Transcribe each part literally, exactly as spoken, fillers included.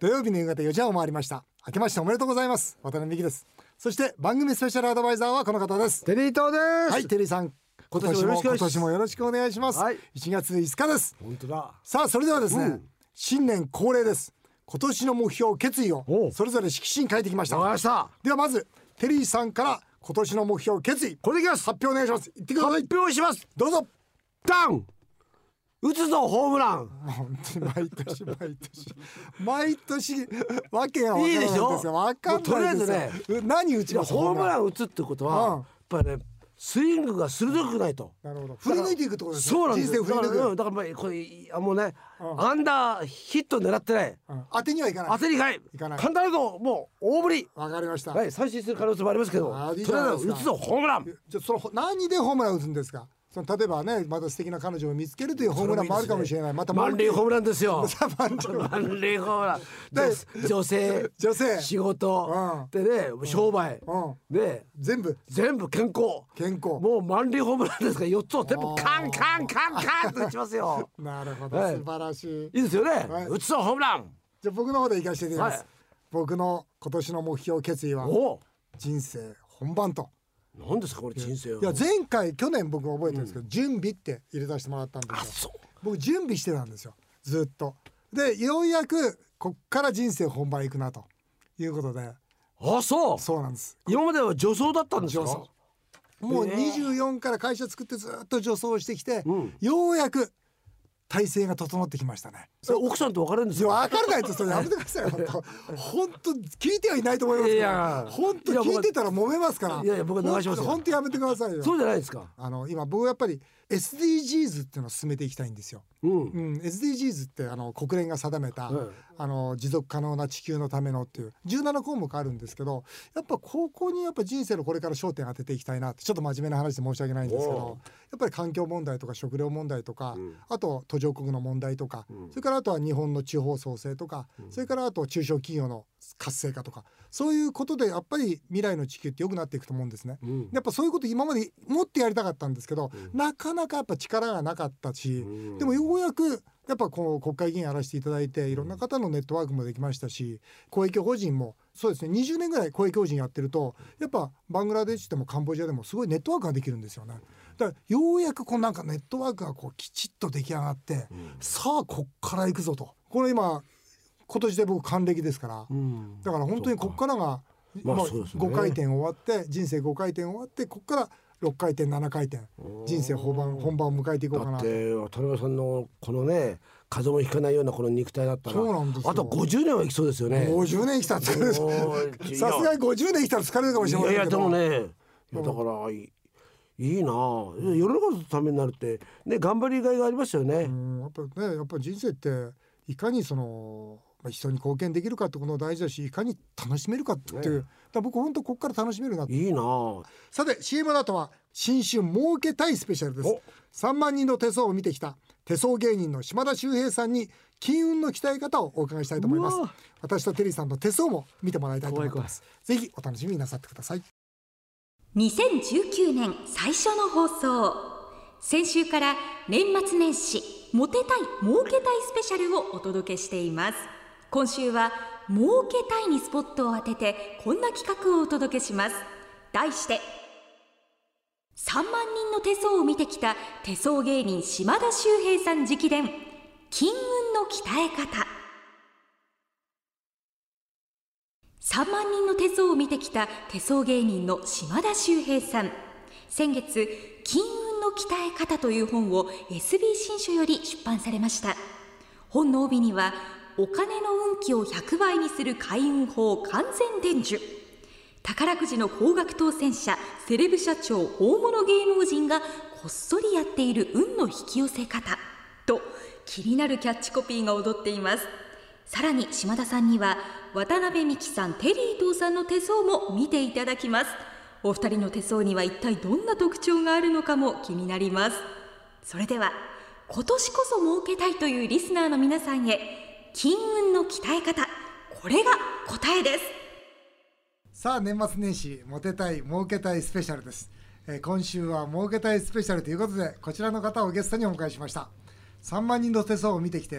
土曜日の夕方よじはんを回りました。明けましておめでとうございます。渡辺美希です。そして番組スペシャルアドバイザーはこの方です。 テリー東です。 はい、テリーさん、今年も今年もよろしくお願いします、はい、いちがついつかです。 本当だ。 さあそれではですね、うん、新年恒例です。今年の目標決意をそれぞれ色紙に書いてきました。ではまずテリーさんから今年の目標決意、 これでいきます。 発表お願いします。言ってください。 発表します。 どうぞ。 ダン打つぞホームラン。 本当に毎年毎年毎年わけが分からないんですよ。分かんないですよ。とりあえずね、何打ちますか。 ホームラン打つってことは、うん、やっぱりねスイングが鋭くないと。 なるほど。振り抜いていくってことですね。 そうなんですよ。 人生振り抜く。 だからまあこれあもうね、うん、アンダーヒット狙ってない、 うん、当てにはいかない。 当てにいかない。いかない。簡単だともう大振り。 わかりました。 はい、三振する可能性もありますけど、とりあえず打つぞホームラン。 じゃその何でホームラン打つんですか。その例えばね、また素敵な彼女を見つけるというホームランもあるかもしれない。また満塁ホームランですよ。 満塁ホームラン女性女性仕事、うん、でね商売、うん、で全部全部健康健康もう満塁ホームランですからよっつを全部カンカンカンカンと打ちますよ。 なるほど、はい、素晴らしい。 いいですよね、はい、打つぞホームラン。 じゃあ僕の方で行かせていただきます、はい、僕の今年の目標決意は人生本番と。 何ですかこれ人生。 いや前回去年僕覚えてるんですけど、うん、準備って入れさせてもらったんですよ。僕準備してたんですよずっと。でようやくこっから人生本番行くなということで。 あ、そうそうなんです。 今までは女装だったんですか。 もうにじゅうよんから会社作ってずっと女装してきて、うん、ようやく体制が整ってきましたね。 奥さんと別れるんですよ。 分からないとそれやめてくださいよ。本当聞いてはいないと思いますけど、本当聞いてたら揉めますから。 いやいや僕は流しますよ。 本当やめてくださいよ。 そうじゃないですか。 あの今僕やっぱり エスディージーズ っていうのを進めていきたいんですよ。うんうん、エスディージーズ ってあの国連が定めた、うん、あの持続可能な地球のためのっていうじゅうななこうもくあるんですけど、やっぱここにやっぱ人生のこれから焦点を当てていきたいなって。ちょっと真面目な話で申し訳ないんですけど、やっぱり環境問題とか食料問題とか、うん、あと途上国の問題とか、うん、それからあとは日本の地方創生とか、うん、それからあと中小企業の活性化とか、そういうことでやっぱり未来の地球って良くなっていくと思うんですね、うん、やっぱそういうこと今までもっとやりたかったんですけど、うん、なかなかやっぱ力がなかったし、うん、でもようやくやっぱこの国会議員やらせていただいていろんな方のネットワークもできましたし、公益法人もそうですねにじゅうねんぐらい公益法人やってるとやっぱバングラデシュでもカンボジアでもすごいネットワークができるんですよね。だからようやくこうなんかネットワークがこうきちっと出来上がって、うん、さあこっから行くぞと。これ今今年で僕還暦ですから、うん、だから本当にこっからが、まあまあね、ごかい転終わって人生ごかい転終わってこっからろっかい転ななかい転人生本番本番を迎えていこうかなと。 だって渡辺さんのこのね風邪もひかないようなこの肉体だったら、そうなんですよ。あとごじゅうねんは生きそうですよね。 ごじゅうねん生きたらさすがにごじゅうねん生きたら疲れるかもしれませんけど。 いやいやでもね、いやだからいいいいな世の中のためになるってね、頑張りがいがありますよね。 うん、やっぱねやっぱ人生っていかにその人に貢献できるかってことも大事だし、いかに楽しめるかっていう、ね、だ僕本当ここから楽しめるな。 いいな。 さて シーエム の後は新春儲けたいスペシャルです。さんまんにんの手相を見てきた手相芸人の島田秀平さんに金運の鍛え方をお伺いしたいと思います。私とテリーさんの手相も見てもらいたいと思います。ぜひお楽しみになさってください。 にせんじゅうきゅうねん最初の放送、先週から年末年始モテたい儲けたいスペシャルをお届けしています。今週は儲けたいにスポットを当ててこんな企画をお届けします。題してさんまんにんの手相を見てきた手相芸人島田秀平さん直伝金運の鍛え方。さんまんにんの手相を見てきた手相芸人の島田秀平さん、先月金運の鍛え方という本を エスビー 新書より出版されました。本の帯にはお金の運気をひゃくばいにする開運法完全伝授、宝くじの高額当選者、セレブ社長、大物芸能人がこっそりやっている運の引き寄せ方と気になるキャッチコピーが踊っています。さらに島田さんには渡辺美希さん、テリー東さんの手相も見ていただきます。お二人の手相には一体どんな特徴があるのかも気になります。それでは今年こそ儲けたいというリスナーの皆さんへ、金運の鍛え方、これが答えです。 さあ年末年始モテたい儲けたいスペシャルです、えー、今週は儲けたいスペシャルということでこちらの方をゲストにお迎えしました。さんまんにんの手相を見てきて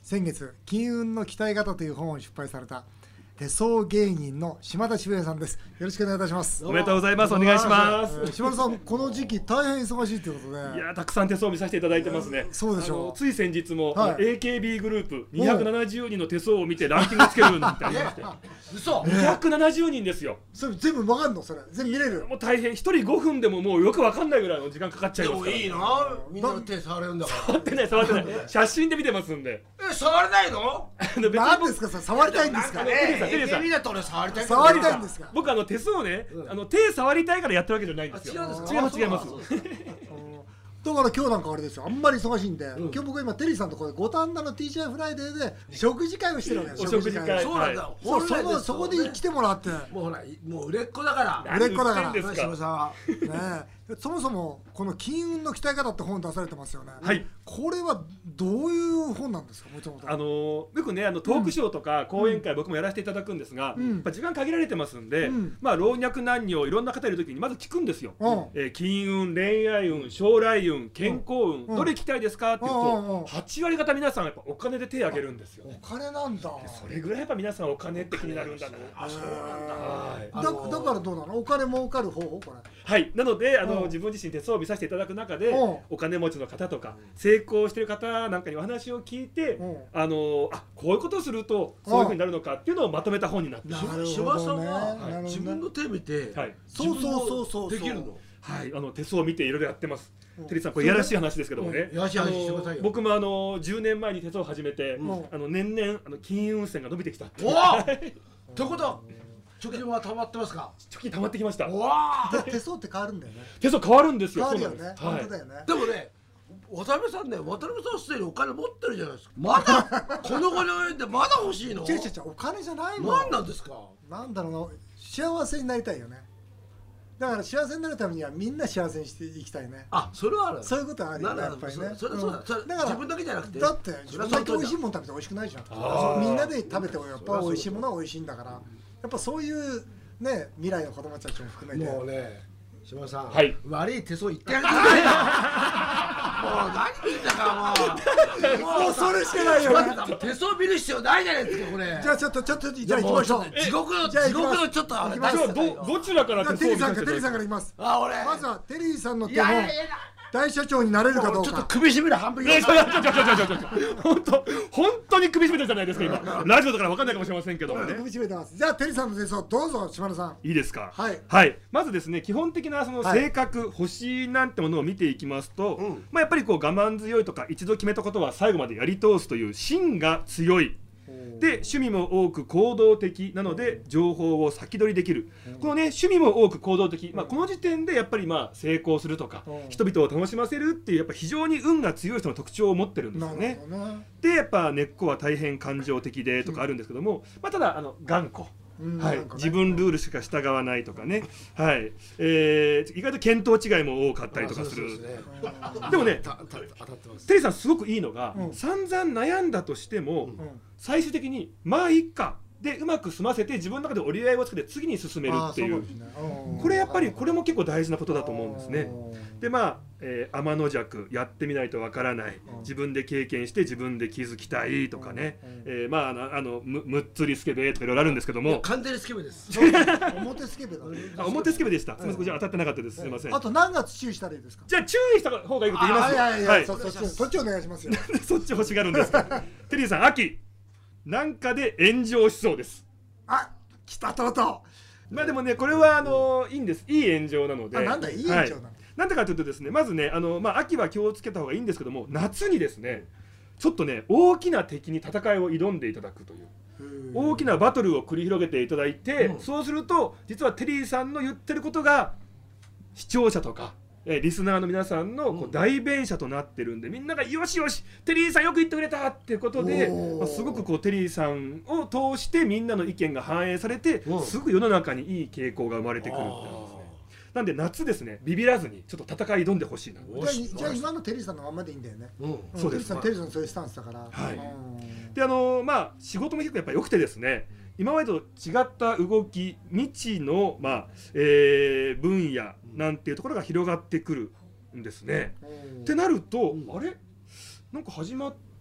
先月金運の鍛え方という本を出版された手相芸人の島田秀平さんです。よろしくお願いいたします。 おめでとうございます。お願いします。 えー、島田さん、この時期大変忙しいということで、 いやたくさん手相見させていただいてますね。 そうでしょう。 つい先日も、 はい、 エーケービー グループにひゃくななじゅうにんの手相を見てランキングつけるんってありまして嘘にひゃくななじゅうにんですよ。 それ全部わかんの？それ全部見れる？ もう大変、ひとりごふんでももうよくわかんないぐらいの時間かかっちゃいますから。 でもいいな、みんな手触れるんだから。 触ってない触ってない写真で見てますんで。 え、触れないの？ 何ですかそれ？触りたいんですか？ エーケービーだと俺触りたい。 触りたいんですか？ 僕あの手相ね、あの手触りたいからやってるわけじゃないんですよ。違います違います。 だから今日なんかあれですよ、あんまり忙しいんで、うん、今日僕は今テリーさんのところで五反田の ティージェー フライデーで食事会をしてるわけです。 お食事会。 そうなんだ。 そう、そのそこで来てもらって、 もうほらもう売れっ子だから。 売れっ子だから。 島さんはね。そもそもこの金運の鍛え方って本出されてますよね。 はい。 これはどういう本なんですか？もともと。 あのよくね、あのトークショーとか講演会、僕もやらせていただくんですが、やっぱ時間限られてますんで、まあ老若男女いろんな方いる時にまず聞くんですよ。え金運、恋愛運、将来運、健康運、どれ聞きたいですかって言うとはちわり方皆さんやっぱお金で手を挙げるんですよ。 お金なんだ。 それぐらいやっぱ皆さんお金って気になるんだな。 あ、そうなんだ。だからどうなの？お金儲かる方法これ。 はい。なのであの自分自身手相を見させていただく中で、お金持ちの方とか成功している方なんかにお話を聞いて、あのあこういうことをするとそういうふうになるのかっていうのをまとめた本になってます。 島さんは自分の手見て、 そうそうそうそうできるの。 はい、あの手相を見ていろいろやってます。テリーさん、これやらしい話ですけどもね。僕もあのじゅうねんまえに手相を始めて、あの年々あの金運線が伸びてきた。 おお。ということは貯金は溜まってますか？ 貯金溜まってきました。 わあ。手相って変わるんだよね。 手相変わるんですよ。 変わるよね。本当だよね。 でもね、渡辺さんね、渡辺さんすでにお金持ってるじゃないですか。まだこの後に及んでまだ欲しいの？ 違う違う違う、お金じゃないもん。何なんですか？ なんだろうな、幸せになりたいよね。だから幸せになるためにはみんな幸せにしていきたいね。 あ、それはある。 そういうことはあるよね、やっぱりね。 それそうだ。だから自分だけじゃなくて。 だって自分だけ美味しいもの食べて美味しくないじゃん。みんなで食べてやっぱ美味しいものは美味しいんだから。やっぱそういうね、未来の子供たちも含めて。 もうね、島さん、 はい、 悪い手相言ってあげてくださいよ。もう何言ったかもう。 もうそれしかないよね。 手相見る必要ないじゃないですかこれ。 じゃあちょっとちょっとじゃあ行きましょう。 地獄の地獄のちょっとあれ。 どどちらから手相見させて。 テリーさんからいきます。 あ、俺。 まずはテリーさんの手本。大社長になれるかどうか。 ちょっと首絞める半分。 いや、ちょちょちょちょちょちょ。本当本当に首絞めてるじゃないですか今。ラジオだからわかんないかもしれませんけどね。 首絞めてます。じゃあテリーさんの手相どうぞ島田さん。 いいですか。 はいはい。まずですね、基本的なその性格、星なんてものを見ていきますと、まあやっぱりこう我慢強いとか一度決めたことは最後までやり通すという芯が強い。で趣味も多く行動的なので情報を先取りできる、このね趣味も多く行動的、まあ、この時点でやっぱりまあ成功するとか人々を楽しませるっていうやっぱ非常に運が強い人の特徴を持ってるんですよね。でやっぱ根っこは大変感情的でとかあるんですけども、まあ、ただあの頑固、はい、自分ルールしか従わないとかね、はい、えー、意外と見当違いも多かったりとかする。でもねテリーさんすごくいいのが、うん、散々悩んだとしても、うん、最終的にまあいっかでうまく済ませて自分の中で折り合いをつけて次に進めるっていう、これやっぱりこれも結構大事なことだと思うんですね。でまあ、えー、天の弱やってみないとわからない、自分で経験して自分で気づきたいとかね、えー、まああのむむっつりスケベとかいろいろあるんですけども、 完全にスケベです。 表スケベだ。 あ、表スケベでした。すみません、じゃ当たってなかったです。すみません。 あと何月注意したらいいですか。 じゃあ注意した方がいいこと言いますよ。 はいはい、そっちお願いしますよ。 そっち欲しがるんですか。テリーさん、秋なんかで炎上しそうです。 あ、来たとうとう。まあでもね、これはあのいいんです。いい炎上なので。 あ、なんだいい炎上なの。 なんでかというとですね、まずね、あのまあ秋は気をつけた方がいいんですけども、夏にですね、ちょっとね大きな敵に戦いを挑んでいただくという。大きなバトルを繰り広げていただいて、うん、そうすると実はテリーさんの言ってることが視聴者とかえリスナーの皆さんのこう代弁者となってるんで、みんながよしよしテリーさんよく言ってくれたっていうことで、まあ、すごくこうテリーさんを通してみんなの意見が反映されて、すぐ世の中にいい傾向が生まれてくるんですね。なんで夏ですね、ビビらずにちょっと戦い挑んでほしいな。 じゃあ今のテリーさんのままでいいんだよね。 そうです。 テリーさんそういうスタンスだから。 はい。であのまあ仕事も結構やっぱ良くてですね、今までと違った動き未知のまあ、えー、分野なんていうところが広がってくるんですね。ってなると、あれなんか始まって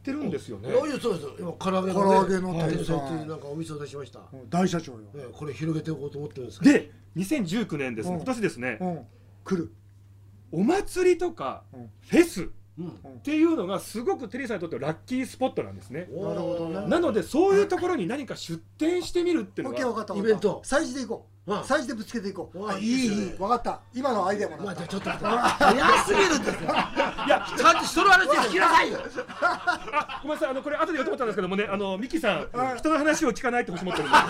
ってるんですよね。 そうですそうです。今唐揚げ唐揚げの天天才才っていうなんかお店を出しました。 大社長よ。 これ広げていこうと思ってるんです。 でにせんじゅうきゅうねんですね、 うん今年ですね、 うん、来る。 お祭りとかうんフェスうん。 っていうのがすごくテリーさんにとってはラッキースポットなんですね。 なるほどね。 なのでそういうところに何か出店してみるっていうオッのがケー分かった。 イベント催事で行こう。 うん催事でぶつけていこう。 うんあ、いいいい。分かった。今のアイデアもまあじゃあらった。 ちょっと待って。早すぎるんですよ。 いやちゃんと人の話聞きなさいよ。 あごめんなさい、あのこれ後で言おうと思ったんですけどもね、あのミキさん、 はい人の話を聞かないって星持ってるんで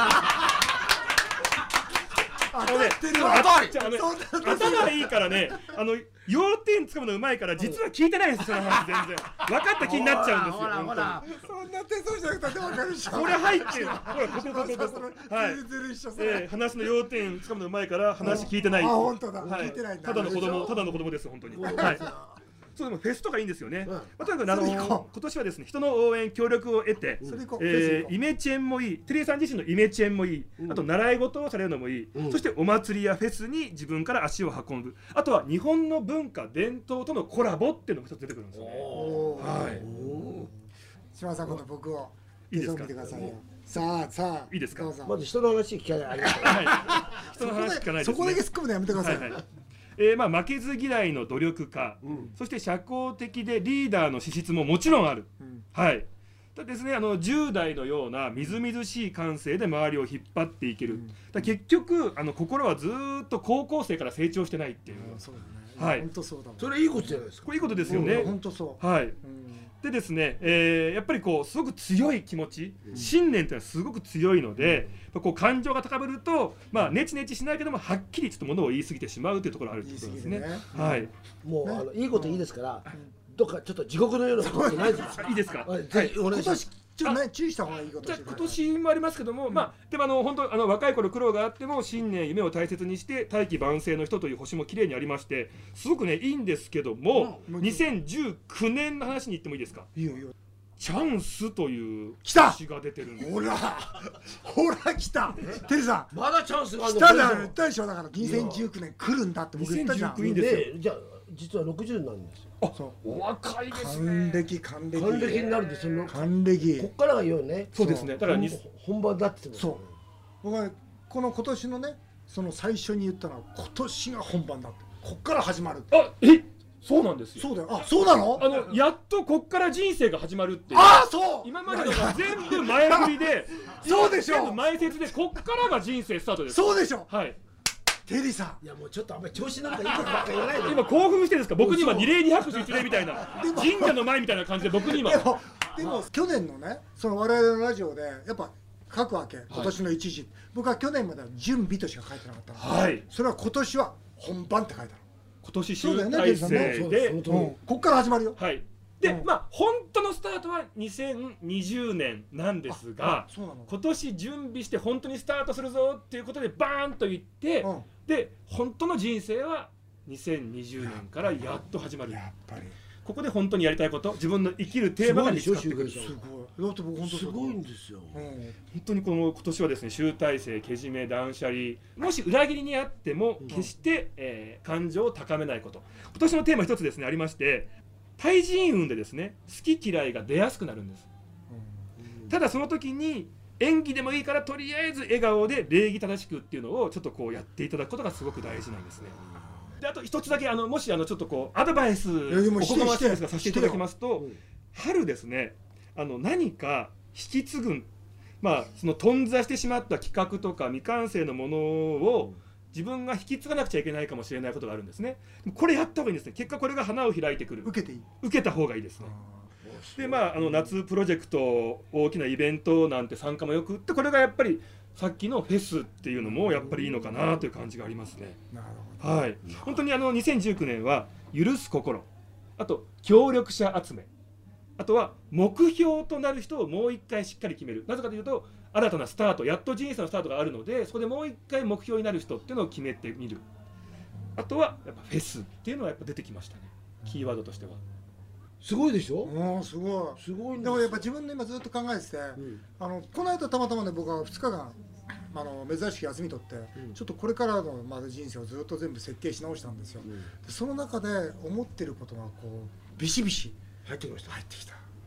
当あのねたってるわ。 当たりじゃあねそんな頭がいいからね、あの要点つかむのうまいから実は聞いてないんですよ、その話全然分かった気になっちゃうんですよ。 ほらほらそんな手相じゃなくて分かるでしょ。 これ入ってる、ほらここここここ、はい、 ずる一緒そえー、 れ。 話の要点つかむのうまいから話聞いてない。 あ、本当だ。 はい、 聞いてないんだ。 ただの子供、ただの子供です本当に。はい。そうでもフェスとかいいんですよね。 うんまあとにかくあのそれ行こう今年はですね、人の応援協力を得て、 それ行こう。フェスえー、 行こイメチェンもいい、テリーさん自身のイメチェンもいい、あと習い事をされるのもいい、 うんそしてお祭りやフェスに自分から足を運ぶ、あとは日本の文化伝統とのコラボっていうのも一つ出てくるんですよね。 う。おーはい。 島さん、今度僕をいいですか手相見てくださいよ。さあさあ。 いいですかどうぞまず人の話聞かないありがとう。 はい。人の話聞かないですね。 そこだけ突っ込むのやめてください。 はいはい。えー、まあ負けず嫌いの努力家、 うんそして社交的でリーダーの資質ももちろんある。 うんはい。だですね、あのじゅう代のようなみずみずしい感性で周りを引っ張っていける。 うんだ結局あの心はずーっと高校生から成長してないっていう。 そうだね。 はい本当そうだもん。 それいいことじゃないですか。 これいいことですよね。 本当そう。 はい。 うんでですね、えーやっぱりこうすごく強い気持ち、信念というのはすごく強いので、やっぱこう感情が高ぶると、まあネチネチしないけどもはっきりちょっとものを言い過ぎてしまうというところがあるということですね。 言い過ぎてねはい。 もうあのいいこといいですから。どっかちょっと地獄のようなことってないですか。 いいですか。 はいぜひお願今年いします。 ちょっとね注意した方がいいことじゃあ今してください。 年もありますけども、まあでもあの本当あの若い頃苦労があっても信念夢を大切にして大器晩成の人という星も綺麗にありまして、すごくねいいんですけども、 うんにせんじゅうきゅうねんの話に行ってもいいですか。 いいよいいよ。 チャンスという来た星が出てるんです。 ほらほら来た。テリーさん。 まだチャンスがあるの。 来たじゃん言ったでしょ。だからにせんじゅうきゅうねん来るんだって僕言ったじゃん。 にせんじゅうきゅういいんですよねじゃあ実は六十なんですよ。 そうお若いです還ね。 暦還暦還暦になるんですよ。 還暦こっからがよね。 そうですね。だからに本本番だって言ってますそう僕はねこの今年のねその最初に言ったのは今年が本番だってこっから始まる。 あえそうなんですよ。 そうだよ。あそうなの。 あのやっとこっから人生が始まるっていう。 あそう今までのが全部前振りでそうでしょ全部前説でこっからが人生スタートです。 そうでしょ。 はい。 テリーさんいやもうちょっとあんまり調子乗ったいいことばっかり言わないで。 今興奮してるんですか。僕に今二礼二拍手一礼みたいな神社の前みたいな感じで僕に今でもでも去年のねその我々のラジオでやっぱ書くわけ今年の一時、僕は去年までは準備としか書いてなかったの、 はいそれは今年は本番って書いてあ今年そうだよね集大成そうだよねで、 その通る、うん、こっから始まるよ。 はい。で、 うんまあ本当のスタートはにせんにじゅうねんなんですが、 そうなの。 今年準備して本当にスタートするぞっていうことでバーンと言って、 うんで本当の人生はにせんにじゅうねんからやっと始まる。 やっぱりここで本当にやりたいこと、自分の生きるテーマが見つかってくる。 すごいでしょすごい。だって僕本当そうだすごいんですよ。 うん本当にこの今年はですね、集大成、けじめ、断捨離、もし裏切りにあっても決して、えー感情を高めないこと。今年のテーマ一つですねありまして、対人運でですね好き嫌いが出やすくなるんです。ただその時に演技でもいいからとりあえず笑顔で礼儀正しくっていうのをちょっとこうやっていただくことがすごく大事なんですね。であと一つだけあのもしあのちょっとこうアドバイスやでもおこがましいんですしてがさせていただきますと、 うん春ですねあの何か引き継ぐまあその頓挫してしまった企画とか未完成のものを自分が引き継がなくちゃいけないかもしれないことがあるんですね。これやった方がいいんですね。結果これが花を開いてくる。 受けていい。 受けた方がいいですね。でまああの夏プロジェクト大きなイベントなんて参加もよくってこれがやっぱりさっきのフェスっていうのもやっぱりいいのかなという感じがありますね。 なるほはい。本当にあのにせんじゅうきゅうねんは許す心、あと協力者集め、あとは目標となる人をもう一回しっかり決める。なぜかというと新たなスタート、やっと人生のスタートがあるのでそこでもう一回目標になる人っていうのを決めてみる。あとはやっぱフェスっていうのはやっぱ出てきましたね。キーワードとしては。 すごいでしょ。 ど。うんすごい。 すごいんですでもやっぱ自分で今ずっと考えてて、 んあのこの間たまたまね僕はふつかかんあの珍しく休み取って、 うんちょっとこれからのまだ人生をずっと全部設計し直したんですよ。 うんでその中で思ってることがこうビシビシ入ってきました。 入ってきた。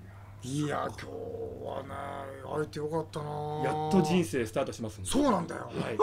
いや今日はね会えてよかったな。 やっと人生スタートしますんで。 そうなんだよ、 はい、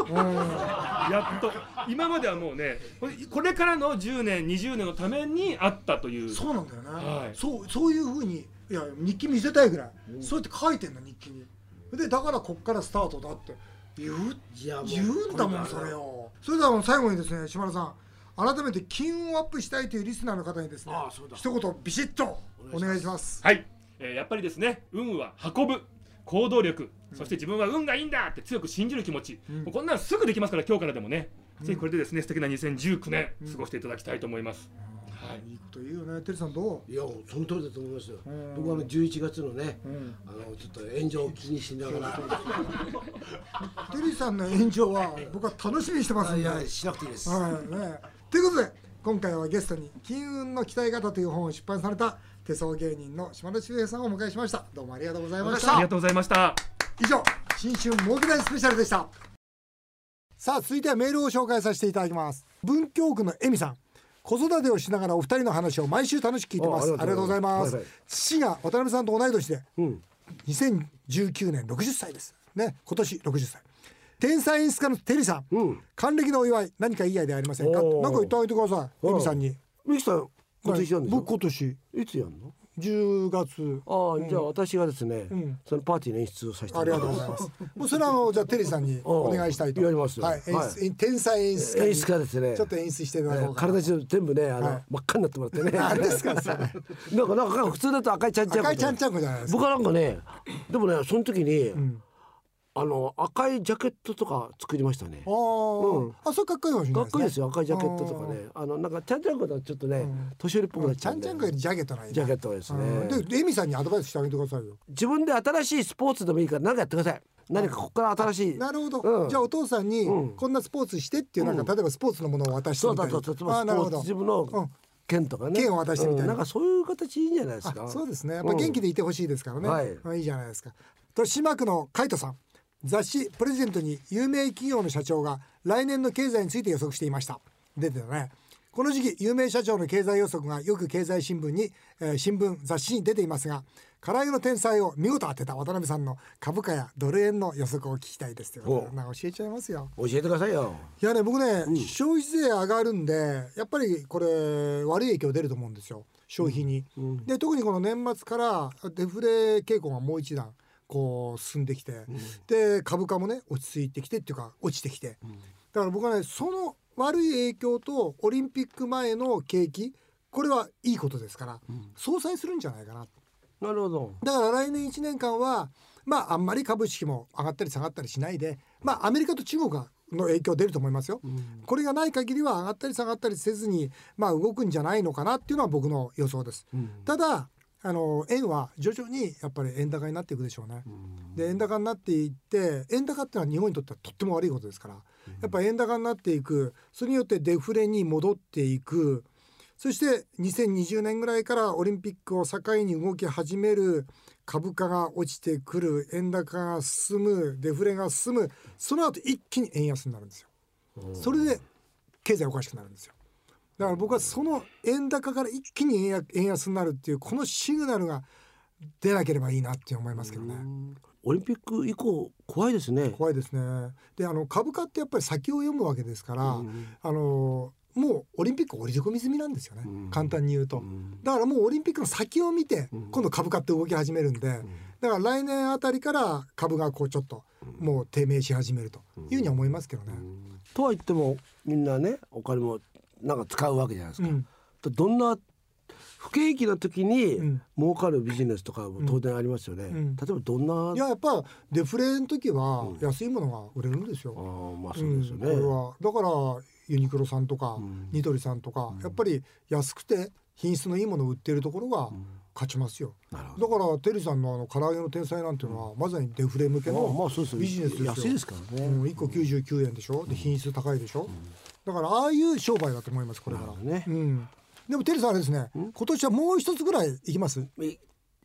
やっと今まではもうねこれからのじゅうねんにじゅうねんのためにあったという。 そうなんだよね、 はい、 そうそういうふうにいや日記見せたいぐらい、うん、そうやって書いてんの日記に。でだからこっからスタートだって言う言うんだもんそれを。それでは最後にですね島田さん改めて金運をアップしたいというリスナーの方にですね一言ビシッとお願いします。 はい、えー、やっぱりですね運は運ぶ行動力、うん、そして自分は運がいいんだって強く信じる気持ち、うん、もうこんなのすぐできますから今日からでもね、うん、ぜひこれでですね素敵なにせんじゅうきゅうねん過ごしていただきたいと思います、 うんはい、いいこと言うよね。てるさんどう？ いやその通りだと思いますよ。僕はあのじゅういちがつのね、うん、あのちょっと炎上を気にしながらてるさんの炎上は僕は楽しみにしてますんで。 いやしなくていいです、 はいね、ということで今回はゲストに金運の鍛え方という本を出版された手相芸人の島田秀平さんをお迎えしました。どうもありがとうございました。 ありがとうございました。 以上新春儲け大スペシャルでした。さあ続いてはメールを紹介させていただきます。文京区のエミさん、子育てをしながらお二人の話を毎週楽しく聞いてます。ありがとうございます、はいはい、父が渡辺さんと同い年で、うん、にせんじゅうきゅうねんろくじゅっさいですね。今年ろくじゅっさい。天才演出家のテリーさん、うん、還暦のお祝い何かいいアイデアありませんか。なんか言ってあげてくださいエミさんに。 ミキさん今年なんですか。 僕今年いつやんの。 じゅうがつ。 ああ、うん、じゃあ私がですね、うん、そのパーティーの演出をさせていただきます。 ありがとうございます。もうそれはあのじゃあテリーさんにお願いしたいと。 やりますよ。 はい、はい、天才演出家演出家ですね。 ちょっと演出していただこうかな。 体中全部ねあの、はい、真っ赤になってもらってね。 何ですかそれ。 なんかなんか普通だと赤いちゃんちゃんこ。 赤いちゃんちゃんこじゃないですか。 僕はなんかねでもねその時に。うんあの赤いジャケットとか作りましたね。 あ、うん、あ、それかっこいいかもしれないですね。 かっこいいですよ赤いジャケットとかね。あのなんかちゃんちゃんこだとちょっとね、うん、年寄りっぽくなっちゃうんで。 ちゃんちゃんこよりジャケットない。 ジャケットですね。 でエミさんにアドバイスしてあげてくださいよ。 自分で新しいスポーツでもいいから何かやってください。何かここから新しい。 なるほど、うん、じゃあお父さんにこんなスポーツしてっていうなんか、うん、例えばスポーツのものを渡してみたいな。 そうだと例えばスポーツ自分の、うん剣とかね剣を渡してみたいな、うん、 なんかそういう形いいんじゃないですか。 そうですね。やっぱ元気でいてほしいですからね、うんはい、いいじゃないですか。豊島区の海人さん、雑誌プレゼントに有名企業の社長が来年の経済について予測していました。出てたね。この時期有名社長の経済予測がよく経済新聞に、えー、新聞雑誌に出ていますが、唐揚げの天才を見事当てた渡辺さんの株価やドル円の予測を聞きたいですということで、なんか教えちゃいますよ。 教えてくださいよ。 いやね僕ね、うん、消費税上がるんでやっぱりこれ悪い影響出ると思うんですよ消費に、うんうん、で特にこの年末からデフレ傾向がもう一段こう進んできて、うん、で株価もね落ち着いてきてっていうか落ちてきて、うん、だから僕はねその悪い影響とオリンピック前の景気これはいいことですから、うん、相殺するんじゃないかな。 なるほど。 だから来年いちねんかんはまああんまり株式も上がったり下がったりしないで、まあアメリカと中国の影響出ると思いますよ、うん、これがない限りは上がったり下がったりせずにまあ動くんじゃないのかなっていうのは僕の予想です、うん、ただあの円は徐々にやっぱり円高になっていくでしょうね、うん、で円高になっていって円高っていうのは日本にとってはとっても悪いことですから、うん、やっぱり円高になっていく、それによってデフレに戻っていく、そしてにせんにじゅうねんぐらいからオリンピックを境に動き始める、株価が落ちてくる、円高が進む、デフレが進む、その後一気に円安になるんですよ。それで経済おかしくなるんですよ。だから僕はその円高から一気に円安になるっていうこのシグナルが出なければいいなって思いますけどね。 オリンピック以降怖いですね。 怖いですね。であの株価ってやっぱり先を読むわけですから、うん、あのもうオリンピック折り込み済みなんですよね、うん、簡単に言うと、うん、だからもうオリンピックの先を見て、うん、今度株価って動き始めるんで、うん、だから来年あたりから株がこうちょっともう低迷し始めるというふうに思いますけどね、うんうん、 とは言ってもみんなねお金もなんか使うわけじゃないですか、うん、どんな不景気な時に儲かるビジネスとかも当然ありますよね、うん、例えばどんな。 いややっぱデフレの時は安いものが売れるんですよ、 うん、あまあそうですよね、 うん、これはだからユニクロさんとか、うん、ニトリさんとか、うん、やっぱり安くて品質のいいものを売っているところが勝ちますよ、うん、だからテリーさんのあの唐揚げの天才なんていうのは、うん、まさにデフレ向けのビジネスですよ。 安いですからね、 うん、いっこきゅうじゅうきゅうえんでしょ、で品質高いでしょ、うん、だからああいう商売だと思いますこれから、ね、うん、でもテリーさんあれですね、今年はもう一つぐらいいきます。 い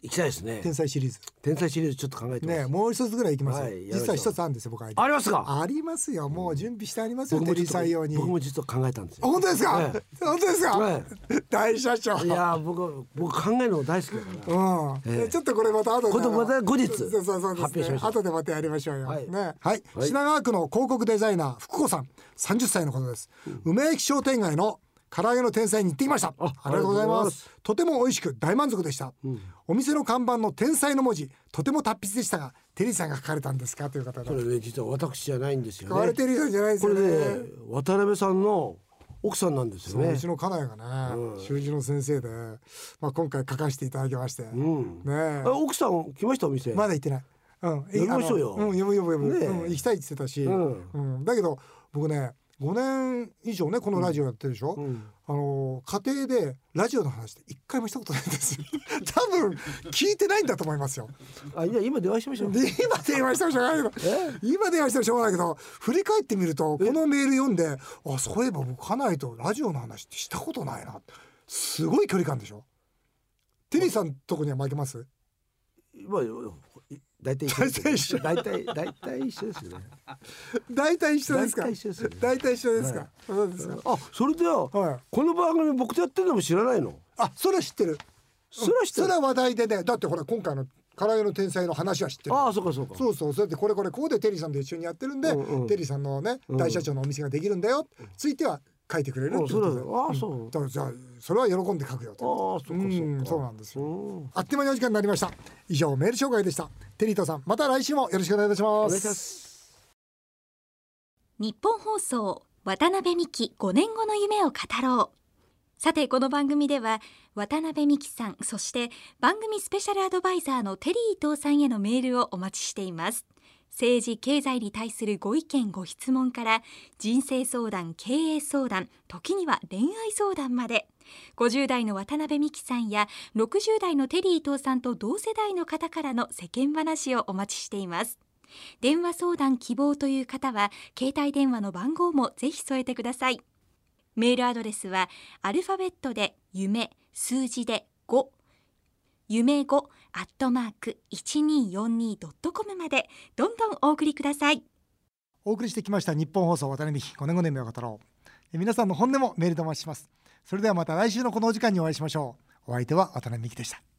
行きたいですね。 天才シリーズ。 天才シリーズちょっと考えてます。 ね、もう一つぐらい行きますよ。 はい、 実は一つあるんですよ、僕は。 ありますか。 ありますよ。もう準備してありますよ。テリーさん用に。 僕も実は考えたんですよ。 本当ですか。 ね、 本当ですか。 ね、 大社長。 いや僕僕考えるの大好きだから。 うん。えー、ちょっとこれまた後で。 これまた後日そうそうそう、ね、 発表しましょう。 後でまたやりましょうよ。 はい、 ね。はい。はい、品川区の広告デザイナー福子さん、さんじゅっさいのことです。うん、梅駅商店街の唐揚げの天才に行ってきました。 あ, ありがとうございます。とても美味しく大満足でした、うん、お店の看板の天才の文字とても達筆でしたが、テリーさんが書かれたんですかという方で、 それね実は私じゃないんですよね。 書かれてる人じゃないですよね。 これね渡辺さんの奥さんなんですよね。 うちの家内がね、うん、習字の先生で、まあ、今回書かせていただきまして、うん、ね、 奥さん来ましたお店。 まだ行ってない。うん、 呼びましょうよ。 うん、呼ぶ呼ぶ呼ぶ、ね、うん、行きたいって言ってたし、うんうん、だけど僕ねごねん以上ねこのラジオやってるでしょ、うん、あの家庭でラジオの話って一回もしたことないんですよ多分聞いてないんだと思いますよ。 あ、いや今電話しましょう。 今電話してもしょうがないけど今電話してもしょうがないけど、振り返ってみるとこのメール読んで、あ、そういえば僕家内とラジオの話ってしたことないな。すごい距離感でしょ。テリーさんのとこには負けます？ まあ大体一緒。大体大体一緒ですよね。 大体一緒ですか。 大体一緒ですよね。 大体一緒ですか。はい、そうですか。 あ、それでは、はい、この番組僕とやってるのも知らないの？ あ、それは知ってる。それは知ってる。それは話題でね。だってほら今回の唐揚げの天才の話は知ってる。 ああ、そうかそうか。 そうそう。それでこれこれここでテリーさんと一緒にやってるんで、うんうん、テリーさんのね大社長のお店ができるんだよ。うん、ついては書いてくれるってことで。 ああ、そう。 だからじゃあそれは喜んで書くよと。 ああ、そうかそうか。 そうなんですよ。あっという間にお時間になりました。以上メール紹介でした。テリーとさん、また来週もよろしくお願いいたします。 お願いします。 日本放送渡辺美希ごねんごの夢を語ろう。さてこの番組では渡辺美希さん、そして番組スペシャルアドバイザーのテリー伊藤さんへのメールをお待ちしています。政治経済に対するご意見ご質問から人生相談、経営相談、時には恋愛相談まで、ごじゅう代の渡辺美希さんやろくじゅう代のテリー伊藤さんと同世代の方からの世間話をお待ちしています。電話相談希望という方は携帯電話の番号もぜひ添えてください。メールアドレスはアルファベットで夢、数字でご、夢ごアットマーク いちにーよんにードットコム までどんどんお送りください。 お送りしてきました日本放送渡辺美希ごねんごの夢を語ろう。皆さんの本音もメールでお待ちします。それではまた来週のこのお時間にお会いしましょう。お相手は渡辺美希でした。